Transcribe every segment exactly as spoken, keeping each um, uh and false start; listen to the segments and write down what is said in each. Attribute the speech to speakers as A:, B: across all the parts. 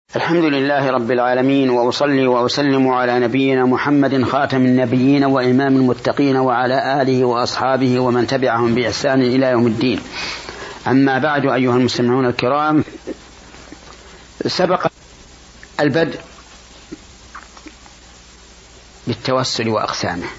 A: الحمد لله رب العالمين، وأصلي وأسلم على نبينا محمد خاتم النبيين وإمام المتقين وعلى آله وأصحابه ومن تبعهم بإحسان إلى يوم الدين. أما بعد، أيها المستمعون الكرام، سبق البدء بالتوسل وأقسامه،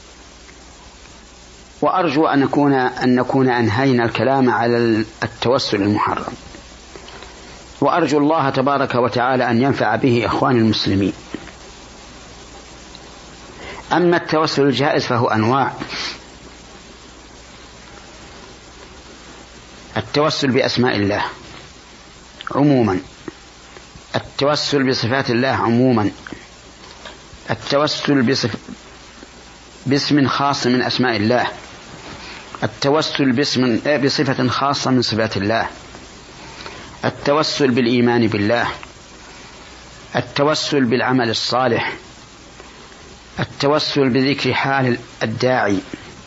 A: وأرجو أن نكون أن نكون أنهينا الكلام على التوسل المحرم، وأرجو الله تبارك وتعالى أن ينفع به إخوان المسلمين. أما التوسل الجائز فهو أنواع: التوسل بأسماء الله عموما، التوسل بصفات الله عموما، التوسل بصف... باسم خاص من أسماء الله، التوسل باسم... بصفة خاصة من صفات الله، التوسل بالإيمان بالله، التوسل بالعمل الصالح، التوسل بذكر حال الداعي،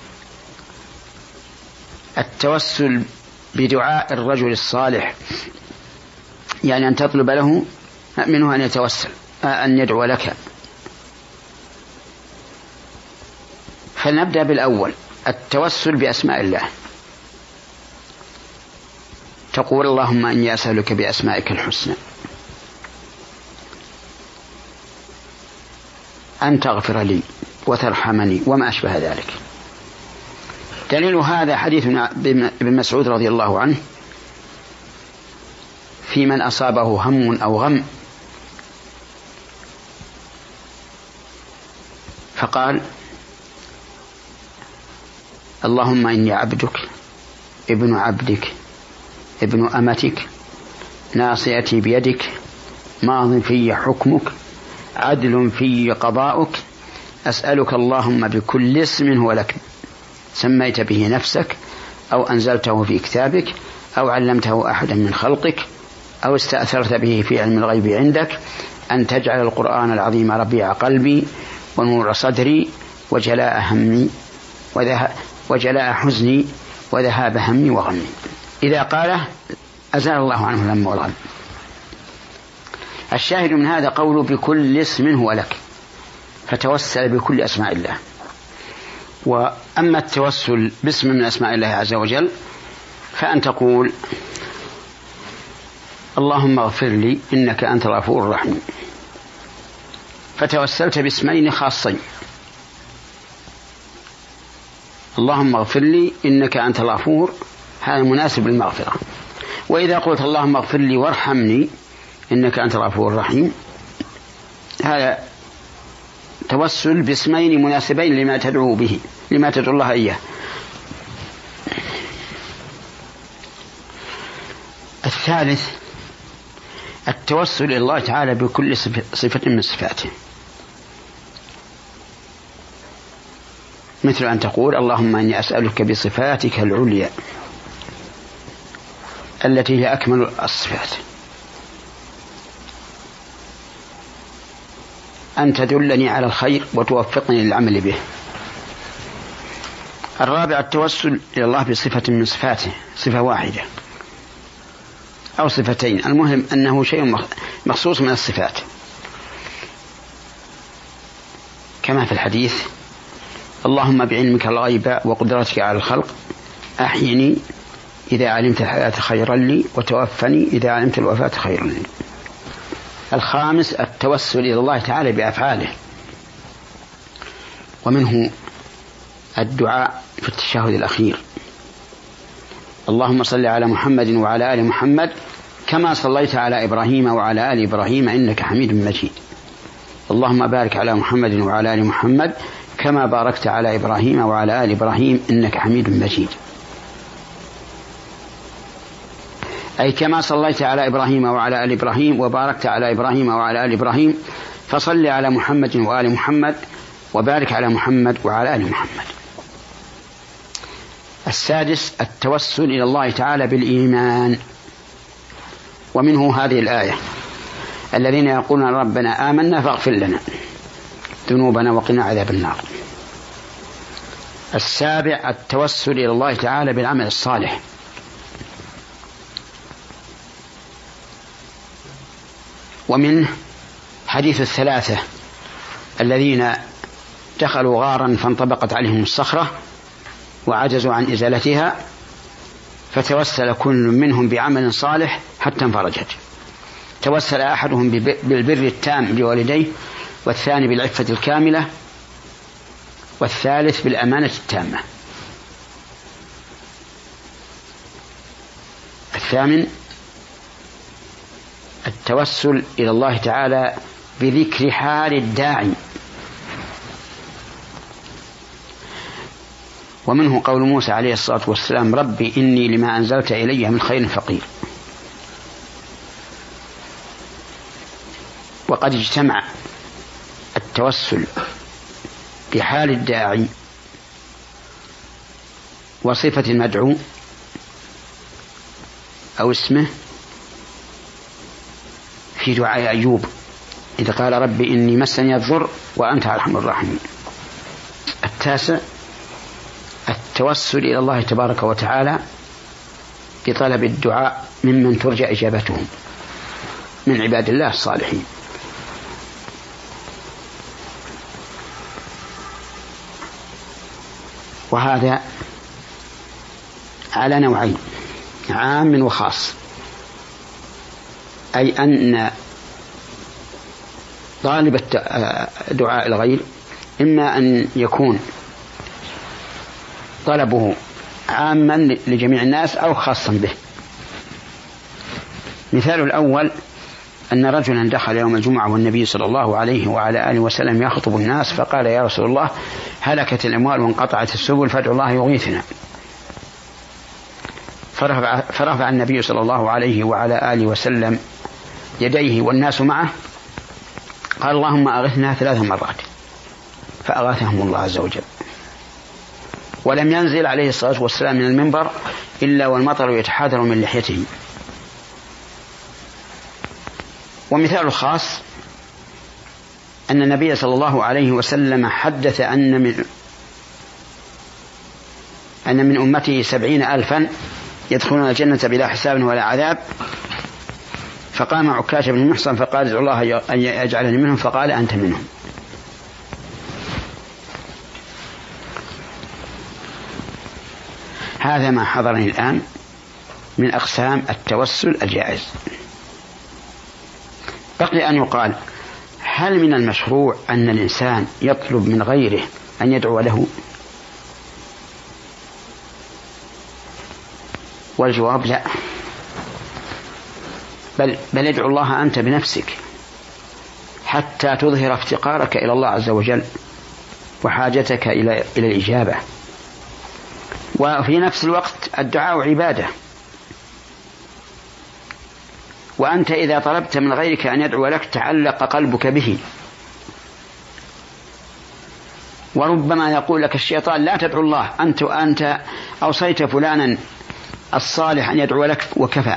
A: التوسل بدعاء الرجل الصالح، يعني أن تطلب له منه أن يتوسل أن يدعو لك. فلنبدأ بالأول، التوسل بأسماء الله. تقول: اللهم إني أسألك بأسمائك الحسنى أن تغفر لي وترحمني وما أشبه ذلك. دليل هذا حديث ابن مسعود رضي الله عنه في من أصابه هم أو غم، فقال: اللهم إني عبدك ابن عبدك ابن أمتك ناصيتي بيدك ماض في حكمك عدل في قضاؤك أسألك اللهم بكل اسم هو لك سميت به نفسك أو أنزلته في كتابك أو علمته أحدا من خلقك أو استأثرت به في علم الغيب عندك أن تجعل القرآن العظيم ربيع قلبي ونور صدري وجلاء همي وجلاء حزني وذهاب همي وغمي. إذا قاله أزال الله عنه الهم والغم. الشاهد من هذا قوله بكل اسم هو لك، فتوسل بكل أسماء الله. وأما التوسل باسم من أسماء الله عز وجل فأن تقول: اللهم اغفر لي إنك أنت الغفور الرحيم، فتوسلت باسمين خاصين: اللهم اغفر لي إنك أنت الغفور، هذا مناسب للمغفرة. وإذا قلت اللهم اغفر لي وارحمني إنك أنت الغفور الرحيم، هذا توسل باسمين مناسبين لما تدعو به لما تدعو الله إياه. الثالث التوسل إلى الله تعالى بكل صفة من صفاته، مثل أن تقول: اللهم إني أسألك بصفاتك العليا التي هي أكمل الصفات أن تدلني على الخير وتوفقني للعمل به. الرابع التوسل إلى الله بصفة من صفاته، صفة واحدة أو صفتين، المهم أنه شيء مخصوص من الصفات، كما في الحديث: اللهم بعلمك الغيب وقدرتك على الخلق أحيني إذا علمت الحياة خيرا لي وتوفني إذا علمت الوفاة خيرا لي. الخامس التوسل إلى الله تعالى بأفعاله، ومنه الدعاء في التشهد الأخير: اللهم صل على محمد وعلى آل محمد كما صليت على إبراهيم وعلى آل إبراهيم إنك حميد مجيد. اللهم بارك على محمد وعلى آل محمد كما باركت على إبراهيم وعلى آل إبراهيم إنك حميد مجيد. أي كما صليت على إبراهيم وعلى آل إبراهيم وباركت على إبراهيم وعلى آل إبراهيم فصل على محمد وآل محمد وبارك على محمد وعلى آل محمد. السادس التوسل إلى الله تعالى بالإيمان، ومنه هذه الآية: الذين يقولون ربنا آمنا فاغفر لنا ذنوبنا وقنا عذاب النار. السابع التوسل إلى الله تعالى بالعمل الصالح، ومنه حديث الثلاثة الذين دخلوا غارا فانطبقت عليهم الصخرة وعجزوا عن إزالتها، فتوسل كل منهم بعمل صالح حتى انفرجت. توسل أحدهم بالبر التام بوالديه، والثاني بالعفة الكاملة، والثالث بالأمانة التامة. الثامن التوسل إلى الله تعالى بذكر حال الداعي، ومنه قول موسى عليه الصلاة والسلام: ربي إني لما أنزلت إلي من خير فقير. وقد اجتمع التوسل بحال الداعي وصفة المدعو أو اسمه في دعاء أيوب إذا قال: ربي إني مسني الضر وأنت أرحم الراحمين. التاسع التوسل إلى الله تبارك وتعالى بطلب الدعاء ممن ترجى إجابتهم من عباد الله الصالحين. وهذا على نوعين: عام وخاص، أي أن طالب دعاء الغير إما أن يكون طلبه عاما لجميع الناس أو خاصا به. مثال الأول أن رجلا دخل يوم الجمعة والنبي صلى الله عليه وعلى آله وسلم يخطب الناس، فقال: يا رسول الله، هلكت الأموال وانقطعت السبل فادعوا الله يغيثنا. فرفع, فرفع النبي صلى الله عليه وعلى آله وسلم يديه والناس معه، قال: اللهم أغثنا ثلاث مرات، فأغاثهم الله عز وجل. ولم ينزل عليه الصلاة والسلام من المنبر إلا والمطر يتحاذر من لحيته. ومثال الخاص أن النبي صلى الله عليه وسلم حدث أن من أن من أمته سبعين ألفا يدخلون الجنة بلا حساب ولا عذاب، فقام عكاش بن محصن فقال: ادعو الله أن يجعلني منهم، فقال: أنت منهم. هذا ما حضرني الآن من أقسام التوسل الجائز. بقي أن يقال: هل من المشروع أن الإنسان يطلب من غيره أن يدعو له؟ والجواب لا، بل, بل ادعو الله أنت بنفسك حتى تظهر افتقارك إلى الله عز وجل وحاجتك إلى, إلى الإجابة. وفي نفس الوقت الدعاء عبادة، وأنت إذا طلبت من غيرك أن يدعو لك تعلق قلبك به. وربما يقول لك الشيطان: لا تدعو الله، أنت أنت أوصيت فلانا الصالح أن يدعو لك وكفى.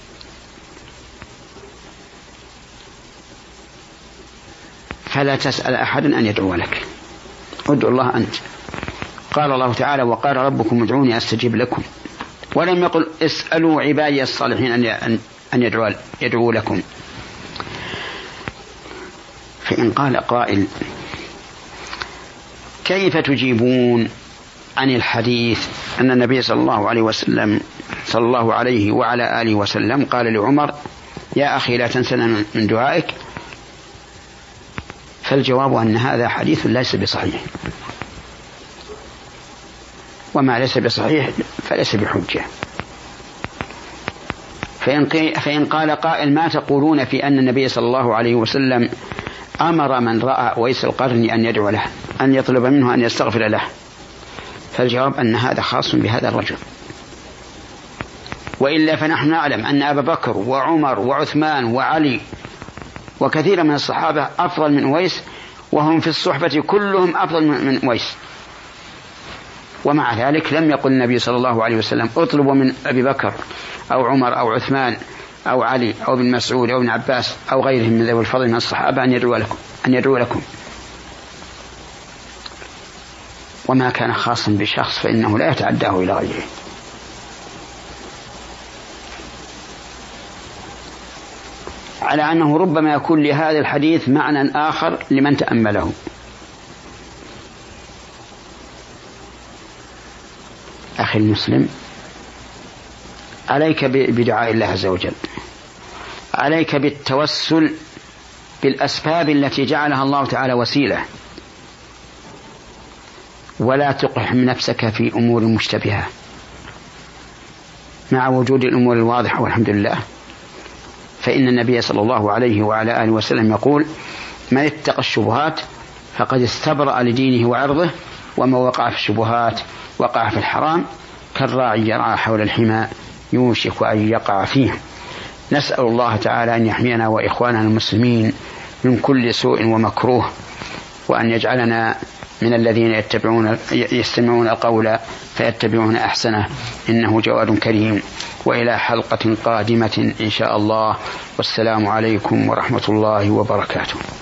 A: فلا تسأل أحدا أن يدعو لك، ادعو الله أنت. قال الله تعالى: وقال ربكم ادعوني أستجب لكم. ولم يقل: اسألوا عبادي الصالحين أن أن يدعو, يدعو لكم. فإن قال قائل: كيف تجيبون عن الحديث أن النبي صلى الله عليه وسلم صلى الله عليه وعلى آله وسلم قال لعمر: يا أخي لا تنسنا من دعائك؟ فالجواب أن هذا حديث ليس بصحيح، وما ليس بصحيح فليس بحجة. فإن قال قائل: ما تقولون في أن النبي صلى الله عليه وسلم أمر من رأى أويس القرني أن يدعو له، أن يطلب منه أن يستغفر له؟ فالجواب أن هذا خاص بهذا الرجل، وإلا فنحن نعلم أن أبا بكر وعمر وعثمان وعلي وكثير من الصحابة أفضل من أويس، وهم في الصحبة كلهم أفضل من أويس. ومع ذلك لم يقل النبي صلى الله عليه وسلم: اطلبوا من أبي بكر أو عمر أو عثمان أو علي أو ابن مسعود أو ابن عباس أو غيرهم من ذوي الفضل من الصحابة أن يدعو لكم أن يدعو لكم. وما كان خاصا بشخص فإنه لا يتعداه إلى غيره. على أنه ربما يكون لهذا الحديث معنى آخر لمن تأمله. أخي المسلم، عليك بدعاء الله عز وجل، عليك بالتوسل بالأسباب التي جعلها الله تعالى وسيلة، ولا تقحم نفسك في أمور مشتبهة مع وجود الأمور الواضحة والحمد لله. فإن النبي صلى الله عليه وعلى آله وسلم يقول: من اتقى الشبهات فقد استبرأ لدينه وعرضه، وما وقع في الشبهات وقع في الحرام، كالراعي يرعى حول الحمى يوشك أن يقع فيه. نسأل الله تعالى أن يحمينا وإخواننا المسلمين من كل سوء ومكروه، وأن يجعلنا من الذين يتبعون يستمعون القول فيتبعون أحسنه، إنه جواد كريم. وإلى حلقة قادمة إن شاء الله، والسلام عليكم ورحمة الله وبركاته.